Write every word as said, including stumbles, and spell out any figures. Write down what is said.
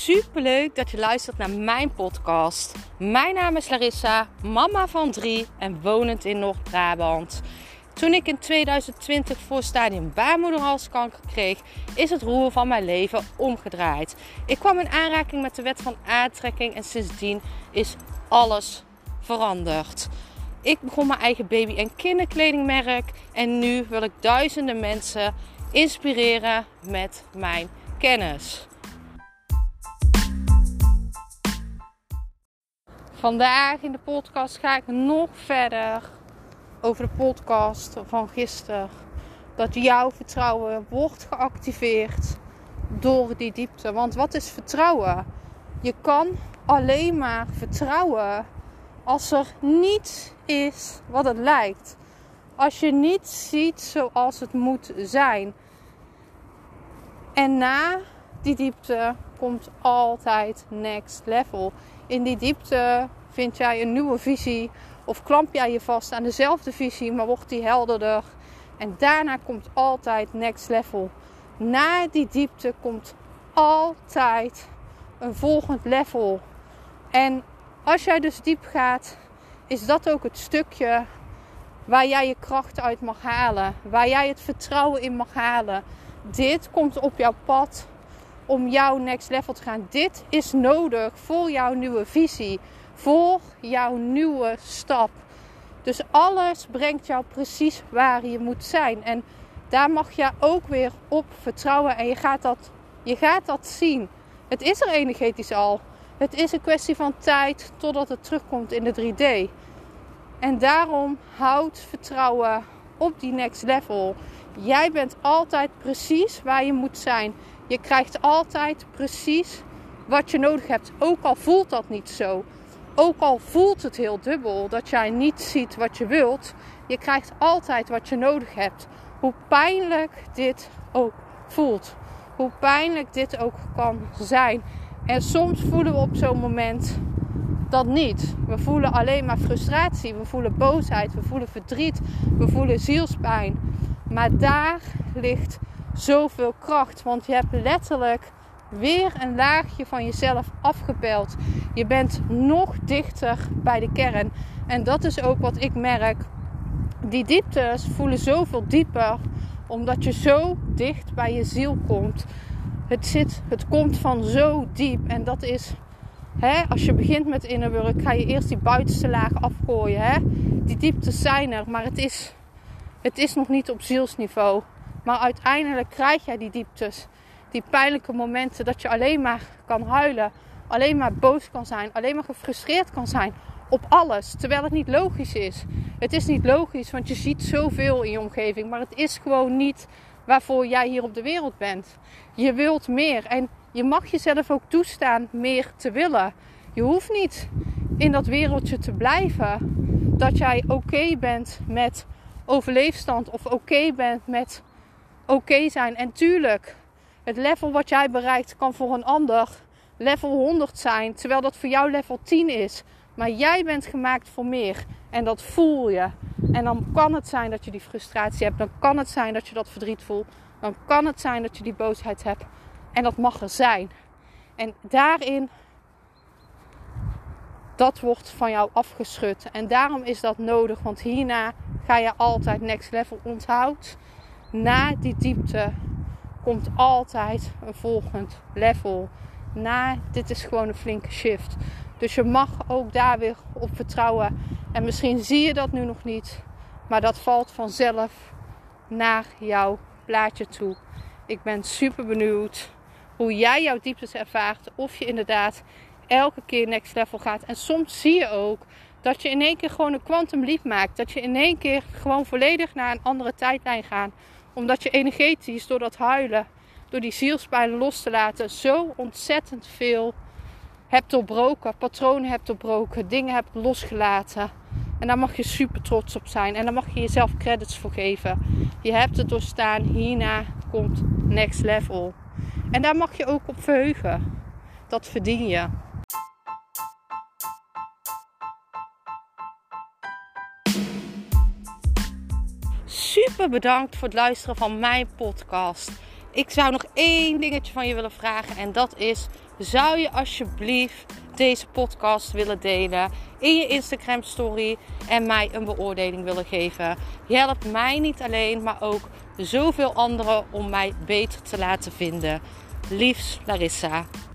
Super leuk dat je luistert naar mijn podcast. Mijn naam is Larissa, mama van drie en wonend in Noord-Brabant. Toen ik in tweeduizend twintig voor stadium baarmoederhalskanker kreeg, is het roer van mijn leven omgedraaid. Ik kwam in aanraking met de wet van aantrekking en sindsdien is alles veranderd. Ik begon mijn eigen baby- en kinderkledingmerk en nu wil ik duizenden mensen inspireren met mijn kennis. Vandaag in de podcast ga ik nog verder over de podcast van gisteren. Dat jouw vertrouwen wordt geactiveerd door die diepte. Want wat is vertrouwen? Je kan alleen maar vertrouwen als er niets is wat het lijkt. Als je niet ziet zoals het moet zijn. En na die diepte komt altijd next level. In die diepte vind jij een nieuwe visie of klamp jij je vast aan dezelfde visie, maar wordt die helderder. En daarna komt altijd next level. Na die diepte komt altijd een volgend level. En als jij dus diep gaat, is dat ook het stukje waar jij je kracht uit mag halen. Waar jij het vertrouwen in mag halen. Dit komt op jouw pad om jouw next level te gaan. Dit is nodig voor jouw nieuwe visie. Voor jouw nieuwe stap. Dus alles brengt jou precies waar je moet zijn. En daar mag je ook weer op vertrouwen. En je gaat dat, je gaat dat zien. Het is er energetisch al. Het is een kwestie van tijd totdat het terugkomt in de drie D. En daarom houd vertrouwen op die next level. Jij bent altijd precies waar je moet zijn. Je krijgt altijd precies wat je nodig hebt. Ook al voelt dat niet zo. Ook al voelt het heel dubbel dat jij niet ziet wat je wilt. Je krijgt altijd wat je nodig hebt. Hoe pijnlijk dit ook voelt. Hoe pijnlijk dit ook kan zijn. En soms voelen we op zo'n moment dat niet. We voelen alleen maar frustratie. We voelen boosheid. We voelen verdriet. We voelen zielspijn. Maar daar ligt zoveel kracht. Want je hebt letterlijk weer een laagje van jezelf afgepeld. Je bent nog dichter bij de kern. En dat is ook wat ik merk. Die dieptes voelen zoveel dieper. Omdat je zo dicht bij je ziel komt. Het, zit, het komt van zo diep. En dat is... Hè, als je begint met innerwork, ga je eerst die buitenste laag afgooien. Hè? Die dieptes zijn er. Maar het is, het is nog niet op zielsniveau. Maar uiteindelijk krijg jij die dieptes. Die pijnlijke momenten dat je alleen maar kan huilen. Alleen maar boos kan zijn. Alleen maar gefrustreerd kan zijn. Op alles. Terwijl het niet logisch is. Het is niet logisch. Want je ziet zoveel in je omgeving. Maar het is gewoon niet waarvoor jij hier op de wereld bent. Je wilt meer. En je mag jezelf ook toestaan meer te willen. Je hoeft niet in dat wereldje te blijven. Dat jij oké bent met overleefstand. Of oké bent met oké zijn. En tuurlijk. Het level wat jij bereikt kan voor een ander level honderd zijn. Terwijl dat voor jou level tien is. Maar jij bent gemaakt voor meer. En dat voel je. En dan kan het zijn dat je die frustratie hebt. Dan kan het zijn dat je dat verdriet voelt. Dan kan het zijn dat je die boosheid hebt. En dat mag er zijn. En daarin, dat wordt van jou afgeschud. En daarom is dat nodig. Want hierna ga je altijd next level. Onthoud. Na die diepte komt altijd een volgend level. Na, dit is gewoon een flinke shift. Dus je mag ook daar weer op vertrouwen. En misschien zie je dat nu nog niet. Maar dat valt vanzelf naar jouw plaatje toe. Ik ben super benieuwd hoe jij jouw dieptes ervaart. Of je inderdaad elke keer next level gaat. En soms zie je ook dat je in één keer gewoon een quantum leap maakt. Dat je in één keer gewoon volledig naar een andere tijdlijn gaat. Omdat je energetisch door dat huilen, door die zielspijn los te laten, zo ontzettend veel hebt doorbroken. Patronen hebt doorbroken. Dingen hebt losgelaten. En daar mag je super trots op zijn. En daar mag je jezelf credits voor geven. Je hebt het doorstaan. Hierna komt next level. En daar mag je ook op verheugen. Dat verdien je. Super bedankt voor het luisteren van mijn podcast. ik zou nog één dingetje van je willen vragen. En dat is, zou je alsjeblieft deze podcast willen delen in je Instagram story en mij een beoordeling willen geven? Je helpt mij niet alleen, maar ook zoveel anderen om mij beter te laten vinden. Liefs, Larissa.